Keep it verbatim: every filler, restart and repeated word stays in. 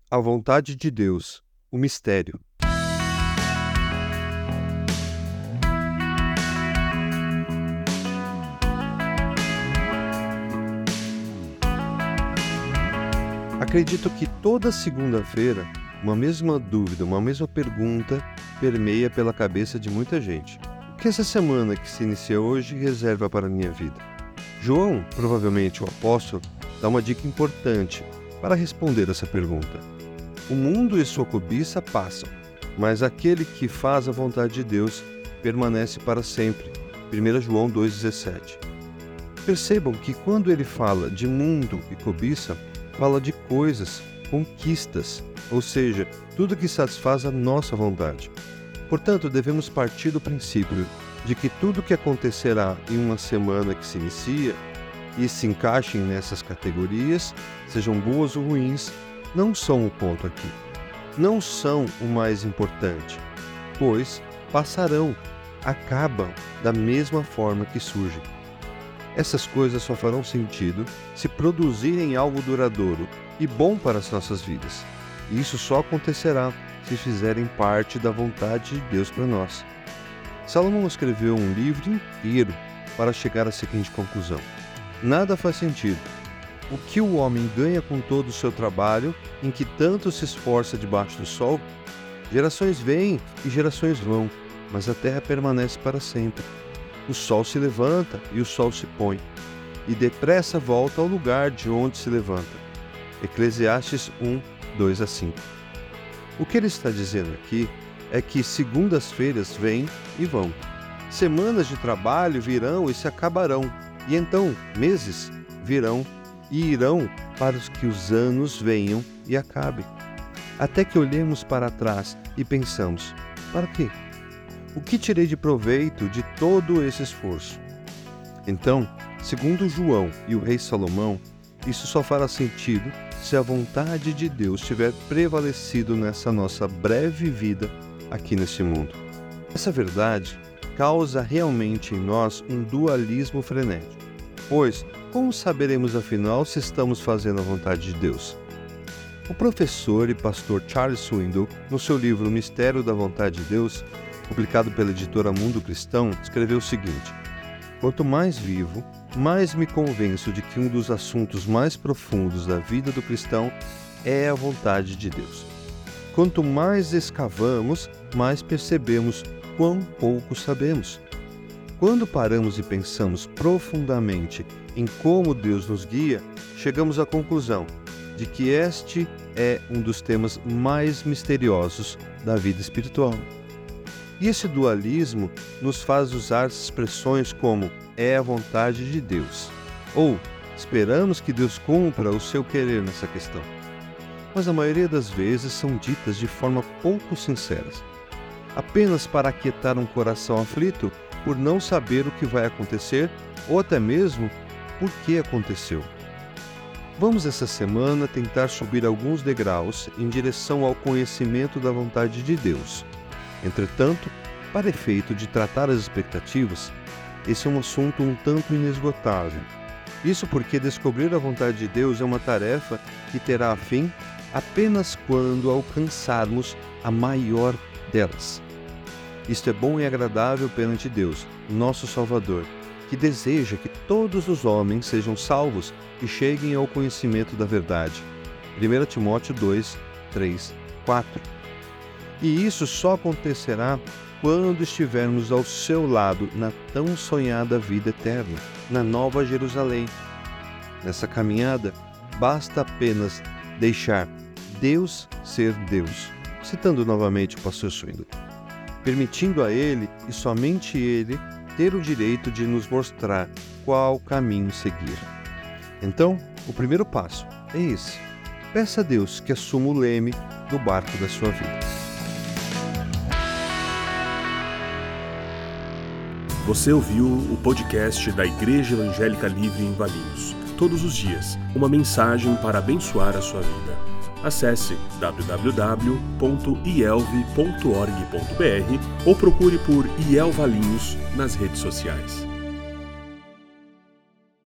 A vontade de Deus, o mistério. Acredito que toda segunda-feira, uma mesma dúvida, uma mesma pergunta permeia pela cabeça de muita gente. O que essa semana que se inicia hoje reserva para a minha vida? João, provavelmente o apóstolo, dá uma dica importante para responder essa pergunta. O mundo e sua cobiça passam, mas aquele que faz a vontade de Deus permanece para sempre. primeiro João dois, dezessete. Percebam que quando ele fala de mundo e cobiça, fala de coisas, conquistas, ou seja, tudo que satisfaz a nossa vontade. Portanto, devemos partir do princípio de que tudo que acontecerá em uma semana que se inicia e se encaixem nessas categorias, sejam boas ou ruins, não são o ponto aqui. Não são o mais importante, pois passarão, acabam da mesma forma que surgem. Essas coisas só farão sentido se produzirem algo duradouro e bom para as nossas vidas. E isso só acontecerá se fizerem parte da vontade de Deus para nós. Salomão escreveu um livro inteiro para chegar à seguinte conclusão: nada faz sentido. O que o homem ganha com todo o seu trabalho, em que tanto se esforça debaixo do sol? Gerações vêm e gerações vão, mas a terra permanece para sempre. O sol se levanta e o sol se põe, e depressa volta ao lugar de onde se levanta. Eclesiastes um, dois a cinco. O que ele está dizendo aqui é que segundas-feiras vêm e vão. Semanas de trabalho virão e se acabarão, e então meses virão e irão para os que os anos venham e acabem. Até que olhemos para trás e pensamos: para quê? O que tirei de proveito de todo esse esforço? Então, segundo João e o rei Salomão, isso só fará sentido se a vontade de Deus tiver prevalecido nessa nossa breve vida aqui nesse mundo. Essa verdade causa realmente em nós um dualismo frenético. Pois, como saberemos afinal se estamos fazendo a vontade de Deus? O professor e pastor Charles Swindoll, no seu livro O Mistério da Vontade de Deus, publicado pela editora Mundo Cristão, escreveu o seguinte: quanto mais vivo, mais me convenço de que um dos assuntos mais profundos da vida do cristão é a vontade de Deus. Quanto mais escavamos, mais percebemos quão pouco sabemos. Quando paramos e pensamos profundamente em como Deus nos guia, chegamos à conclusão de que este é um dos temas mais misteriosos da vida espiritual. E esse dualismo nos faz usar expressões como "é a vontade de Deus" ou "esperamos que Deus cumpra o seu querer nessa questão". Mas a maioria das vezes são ditas de forma pouco sinceras, apenas para aquietar um coração aflito por não saber o que vai acontecer ou até mesmo por que aconteceu. Vamos essa semana tentar subir alguns degraus em direção ao conhecimento da vontade de Deus. Entretanto, para efeito de tratar as expectativas, esse é um assunto um tanto inesgotável. Isso porque descobrir a vontade de Deus é uma tarefa que terá fim apenas quando alcançarmos a maior delas. Isto é bom e agradável perante Deus, nosso Salvador, que deseja que todos os homens sejam salvos e cheguem ao conhecimento da verdade. primeiro Timóteo dois, três, quatro. E isso só acontecerá quando estivermos ao seu lado na tão sonhada vida eterna, na Nova Jerusalém. Nessa caminhada, basta apenas deixar Deus ser Deus, citando novamente o pastor Swindoll, permitindo a Ele e somente Ele ter o direito de nos mostrar qual caminho seguir. Então, o primeiro passo é esse: peça a Deus que assuma o leme do barco da sua vida. Você ouviu o podcast da Igreja Evangélica Livre em Valinhos. Todos os dias, uma mensagem para abençoar a sua vida. Acesse w w w ponto i e l v ponto org ponto b r ou procure por I E L Valinhos nas redes sociais.